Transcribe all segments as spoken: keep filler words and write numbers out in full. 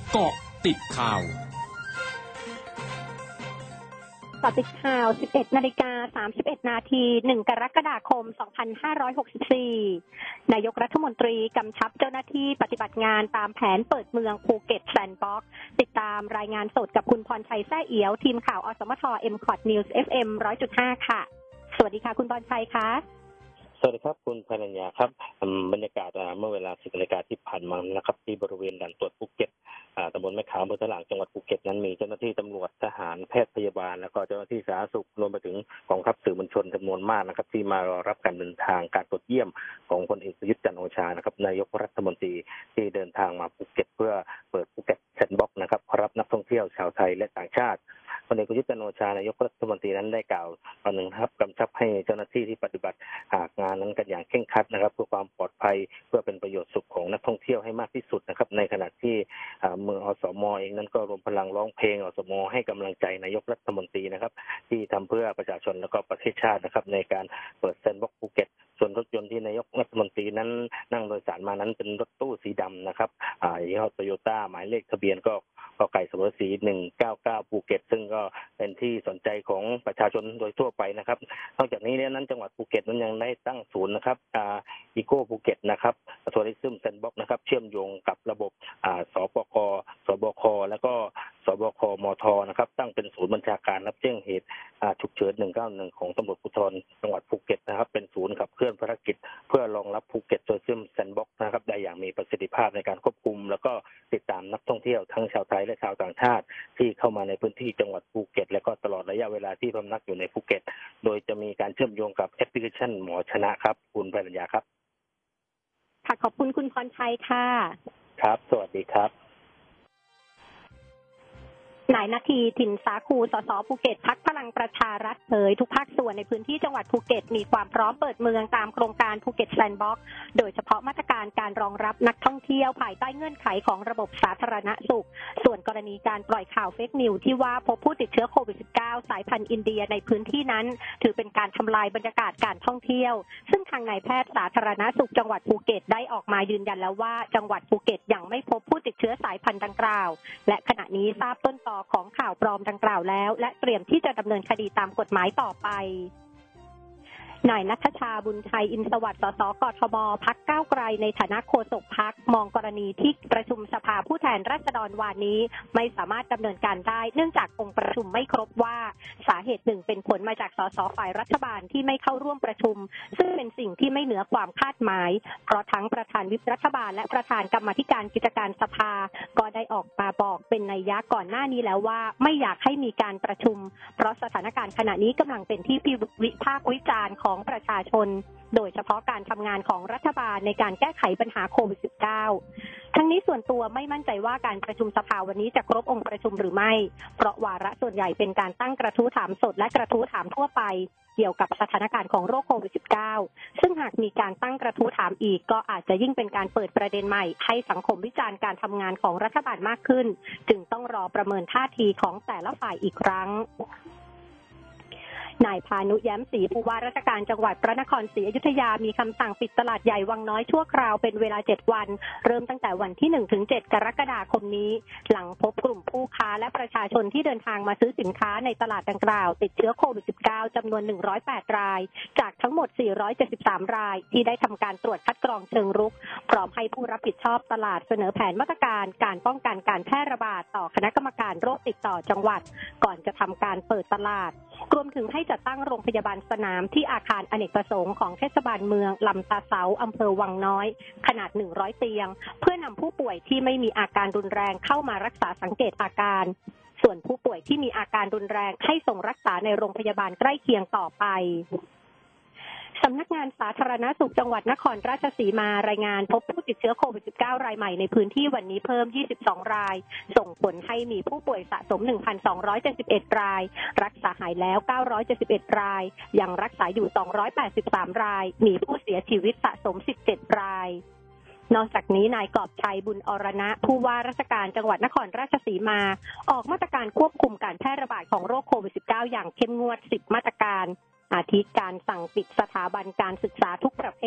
เกาะติดข่าวเกาะติดข่าว สิบเอ็ดนาฬิกาสามสิบเอ็ดนาที หนึ่ง กรกฎาคม สองพันห้าร้อยหกสิบสี่ นายกรัฐมนตรีกำชับเจ้าหน้าที่ปฏิบัติงานตามแผนเปิดเมืองภูเก็ตแซนด์บ็อกซ์ติดตามรายงานสดกับคุณพรชัยแซ่เอียวทีมข่าวอสมท เอ็ม คอท News เอฟ เอ็ม หนึ่งร้อยจุดห้า ค่ะสวัสดีค่ะคุณพรชัยคะสวัสดีครับคุณภรรยาครับบรรยากาศเมื่อเวลาสิบนาฬิกาที่ผ่านมานะครับที่บริเวณด่านตรวจภูเก็ตตำบลแม่ขาวอำเภอถลางจังหวัดภูเก็ตนั้นมีเจ้าหน้าที่ตำรวจทหารแพทย์พยาบาลแล้วก็เจ้าหน้าที่สาธารณสุขรวมไปถึงกองทัพสื่อมวลชนจำนวนมากนะครับที่มารอรับการเดินทางการตรวจเยี่ยมของพลเอกประยุทธ์จันทร์โอชานะครับนายกรัฐมนตรีที่เดินทางมาภูเก็ตเพื่อเปิดภูเก็ตแซนด์บ็อกซ์นะครับรับนักท่องเที่ยวชาวไทยและต่างชาติพลเอกประยุทธ์จันทร์โอชานายกรัฐมนตรีนั้นได้กล่าวตอนหนึ่งครับกำชับให้เจ้าหน้าที่ที่ปฏิบัติงานนั้นกันอย่างเคร่งครัดนะครับเพื่อความปลอดภัยเพื่อเป็นประโยชน์สุขของนักท่องเที่ยวให้มากที่สุดนะครับในขณะที่เมืองอสม.เองนั้นก็รวมพลังร้องเพลงอสม.ให้กำลังใจนายกรัฐมนตรีนะครับที่ทำเพื่อประชาชนและก็ประเทศชาตินะครับในการเปิดแซนด์บ็อกซ์ภูเก็ตส่วนรถยนต์ที่นายกรัฐมนตรีนั้นนั่งโดยสารมานั้นเป็นรถตู้สีดำนะครับอ่ายี่ห้อโตโยต้าหมายเลขทะเบียนก็กไก่สระสีหนึ่งเก้าเก้าภูเก็ตซึ่งก็เป็นที่สนใจของประชาชนโดยทั่วไปนะครับนอกจากนี้เนี่ยนั้นจังหวัดภูเก็ตนั้นยังได้ตั้งศูนย์นะครับอ่าอีโก้ภูเก็ตนะครับทัวริซึมแซนด์บ็อกซ์นะครับเชื่อมโยงกับระบบอ่าสปกสบคแล้วก็สบคมทนะครับตั้งเป็นศูนย์บัญชาการรับแจ้งเหตุอ่าฉุกเฉินหนึ่งเก้าหนึ่งของตำรวจภูธรจังหวัดภูเก็ตนะครับเป็นศูนย์ขับเคลื่อนภารกิจเพื่อรองรับภูเก็ตทัวริซึมแซนด์บ็อกซ์นะครับได้อย่างมีประสิทธิภาพในการควบคุมแล้วก็ติดตามนักท่องเที่ยวทั้งชาวไทยและชาวต่างชาติที่เข้ามาในพื้นที่จังหวัดภูเก็ตและก็ตลอดระยะเวลาที่พำนักอยู่ในภูเก็ตโดยจะมีการเชื่อมโยงกับแอปพลิเคชันหมอชนะครับคุณภรรยาครับค่ะขอบคุณคุณพรชัยค่ะครับสวัสดีครับนายนาทีถิ่นสาคูสสภูเก็ตพรรคพลังประชารัฐเผยทุกภาคส่วนในพื้นที่จังหวัดภูเก็ตมีความพร้อมเปิดเมืองตามโครงการภูเก็ตแซนด์บ็อกซ์โดยเฉพาะมาตรการการรองรับนักท่องเที่ยวภายใต้เงื่อนไขของระบบสาธารณสุขส่วนกรณีการปล่อยข่าวเฟกนิวส์ที่ว่าพบผู้ติดเชื้อโควิด สิบเก้า สายพันธุ์อินเดียในพื้นที่นั้นถือเป็นการทำลายบรรยากาศการท่องเที่ยวซึ่งทางนายแพทย์สาธารณสุขจังหวัดภูเก็ตได้ออกมายืนยันแล้วว่าจังหวัดภูเก็ตยังไม่พบผู้ติดเชื้อสายพันธุ์ดังกล่าวและขณะนี้ทราบต้นตอของข่าวปลอมดังกล่าวแล้วและเตรียมที่จะดำเนินคดีตามกฎหมายต่อไปนายณัฐชาบุญชัยอินทร์สวัสดิ์สสกทบพรรคก้าวไกลในฐานะโฆษกพรรคมองกรณีที่ประชุมสภาผู้แทนราษฎรวานนี้ไม่สามารถดำเนินการได้เนื่องจากองค์ประชุมไม่ครบว่าสาเหตุหนึ่งเป็นผลมาจากสสฝ่ายรัฐบาลที่ไม่เข้าร่วมประชุมซึ่งเป็นสิ่งที่ไม่เหนือความคาดหมายเพราะทั้งประธานวิปรัฐบาลและประธานกรรมาธิการกิจการสภาก็ได้ออกมาบอกเป็นนัยยะก่อนหน้านี้แล้วว่าไม่อยากให้มีการประชุมเพราะสถานการณ์ขณะนี้กำลังเป็นที่วิพากษ์วิจารณ์ของประชาชนโดยเฉพาะการทำงานของรัฐบาลในการแก้ไขปัญหาโควิด สิบเก้า ทั้งนี้ส่วนตัวไม่มั่นใจว่าการประชุมสภาวันนี้จะครบองค์ประชุมหรือไม่เพราะวาระส่วนใหญ่เป็นการตั้งกระทู้ถามสดและกระทู้ถามทั่วไปเกี่ยวกับสถานการณ์ของโรคโควิด สิบเก้า ซึ่งหากมีการตั้งกระทู้ถามอีกก็อาจจะยิ่งเป็นการเปิดประเด็นใหม่ให้สังคมวิจารณ์การทำงานของรัฐบาลมากขึ้นจึงต้องรอประเมินท่าทีของแต่ละฝ่ายอีกครั้งนายพานุแย้มศรีผู้ว่าราชการจังหวัดพระนครศรีอยุธยามีคำสั่งปิดตลาดใหญ่วังน้อยชั่วคราวเป็นเวลาเจ็ดวันเริ่มตั้งแต่วันที่หนึ่งถึงเจ็ดกรกฎาคมนี้หลังพบกลุ่มผู้ค้าและประชาชนที่เดินทางมาซื้อสินค้าในตลาดดังกล่าวติดเชื้อโควิด สิบเก้า จำนวนหนึ่งร้อยแปดรายจากทั้งหมดสี่ร้อยเจ็ดสิบสามรายที่ได้ทำการตรวจคัดกรองเชิงรุกพร้อมให้ผู้รับผิดชอบตลาดเสนอแผนมาตรการการป้องกันการแพร่ระบาดต่อคณะกรรมการโรคติดต่อจังหวัดก่อนจะทำการเปิดตลาดรวมถึงให้จัดตั้งโรงพยาบาลสนามที่อาคารอเนกประสงค์ของเทศบาลเมืองลำตาเสาอำเภอวังน้อยขนาดหนึ่งร้อยเตียงเพื่อนำผู้ป่วยที่ไม่มีอาการรุนแรงเข้ามารักษาสังเกตอาการส่วนผู้ป่วยที่มีอาการรุนแรงให้ส่งรักษาในโรงพยาบาลใกล้เคียงต่อไปสำนักงานสาธารณสุขจังหวัดนครราชสีมารายงานพบผู้ติดเชื้อโควิด สิบเก้า รายใหม่ในพื้นที่วันนี้เพิ่มยี่สิบสองรายส่งผลให้มีผู้ป่วยสะสม หนึ่งพันสองร้อยเจ็ดสิบเอ็ด รายรักษาหายแล้วเก้าร้อยเจ็ดสิบเอ็ดรายยังรักษาอยู่สองร้อยแปดสิบสามรายมีผู้เสียชีวิตสะสมสิบเจ็ดรายนอกจากนี้นายกอบชัยบุญอรณะผู้ว่าราชการจังหวัดนครราชสีมาออกมาตรการควบคุมการแพร่ระบาดของโรคโควิด สิบเก้า อย่างเข้มงวดสิบมาตรการอาทิการสั่งปิดสถาบันการศึกษาทุกประเภท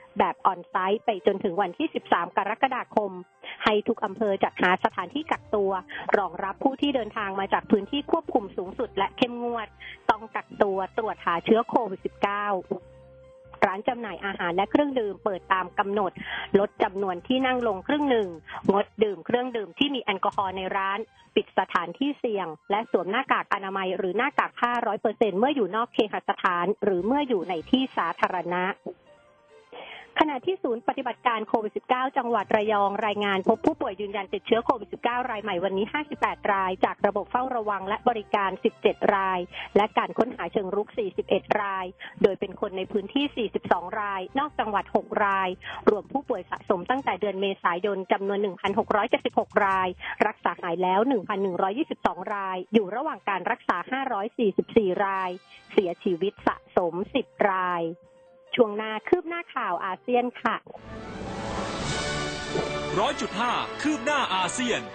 แบบออนไซต์ไปจนถึงวันที่สิบสามกรกฎาคมให้ทุกอำเภอจัดหาสถานที่กักตัวรองรับผู้ที่เดินทางมาจากพื้นที่ควบคุมสูงสุดและเข้มงวดต้องกักตัวตรวจหาเชื้อโควิด สิบเก้า ร้านจำหน่ายอาหารและเครื่องดื่มเปิดตามกำหนดลดจำนวนที่นั่งลงครึ่งหนึ่งงดดื่มเครื่องดื่มที่มีแอลกอฮอล์ในร้านปิดสถานที่เสี่ยงและสวมหน้ากากอนามัยหรือหน้ากากผ้า ร้อยเปอร์เซ็นต์ เมื่ออยู่นอกเคหสถานหรือเมื่ออยู่ในที่สาธารณะขณะที่ศูนย์ปฏิบัติการโควิด สิบเก้า จังหวัดระยองรายงานพบผู้ป่วยยืนยันติดเชื้อโควิด สิบเก้า รายใหม่วันนี้ห้าสิบแปดรายจากระบบเฝ้าระวังและบริการสิบเจ็ดรายและการค้นหาเชิงรุกสี่สิบเอ็ดรายโดยเป็นคนในพื้นที่สี่สิบสองรายนอกจังหวัดหกรายรวมผู้ป่วยสะสมตั้งแต่เดือนเมษายนจำนวน หนึ่งพันหกร้อยเจ็ดสิบหกรายรักษาหายแล้ว หนึ่งพันหนึ่งร้อยยี่สิบสองรายอยู่ระหว่างการรักษาห้าร้อยสี่สิบสี่รายเสียชีวิตสะสมสิบรายช่วงหน้าคืบหน้าข่าวอาเซียนค่ะร้อยจุดห้า คืบหน้าอาเซียน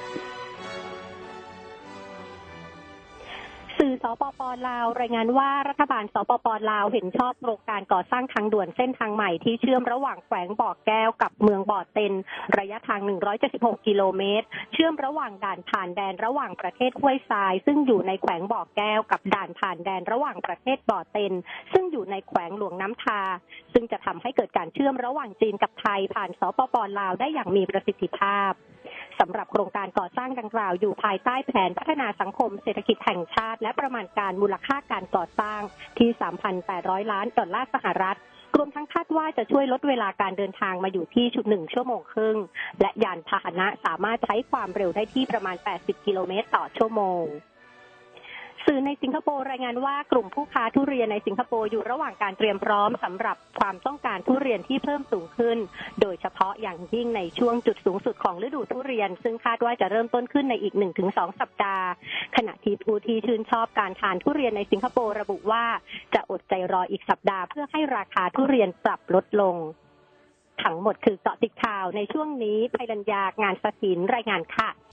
สื่อสปป.ลาวรายงานว่ารัฐบาลสปป.ลาวเห็นชอบโครงการก่อสร้างทางด่วนเส้นทางใหม่ที่เชื่อมระหว่างแขวงบ่อแก้วกับเมืองบ่อเต็นระยะทางหนึ่งร้อยเจ็ดสิบหกกิโลเมตรเชื่อมระหว่างด่านผ่านแดนระหว่างประเทศห้วยทรายซึ่งอยู่ในแขวงบ่อแก้วกับด่านผ่านแดนระหว่างประเทศบ่อเต็นซึ่งอยู่ในแขวงหลวงน้ำทาซึ่งจะทำให้เกิดการเชื่อมระหว่างจีนกับไทยผ่านสปป.ลาวได้อย่างมีประสิทธิภาพสำหรับโครงการก่อสร้างดังกล่าวอยู่ภายใต้แผนพัฒนาสังคมเศรษฐกิจแห่งชาติและประมาณการมูลค่าการก่อสร้างที่ สามพันแปดร้อย ล้านดอลลาร์สหรัฐรวมทั้งคาดว่าจะช่วยลดเวลาการเดินทางมาอยู่ที่ชุดหนึ่งชั่วโมงครึ่งและยานพาหนะสามารถใช้ความเร็วได้ที่ประมาณแปดสิบกิโลเมตรต่อชั่วโมงสื่อในสิงคโปร์รายงานว่ากลุ่มผู้ค้าทุเรียนในสิงคโปร์อยู่ระหว่างการเตรียมพร้อมสำหรับความต้องการทุเรียนที่เพิ่มสูงขึ้นโดยเฉพาะอย่างยิ่งในช่วงจุดสูงสุดของฤดูทุเรียนซึ่งคาดว่าจะเริ่มต้นขึ้นในอีก หนึ่งถึงสอง สัปดาห์ขณะที่ผู้ที่ชื่นชอบการทานทุเรียนในสิงคโปร์ระบุว่าจะอดใจรออีกสัปดาห์เพื่อให้ราคาทุเรียนปรับลดลงทั้งหมดคือเกาะติดข่าวในช่วงนี้ภัยรัญญางานสถินรายงานค่ะ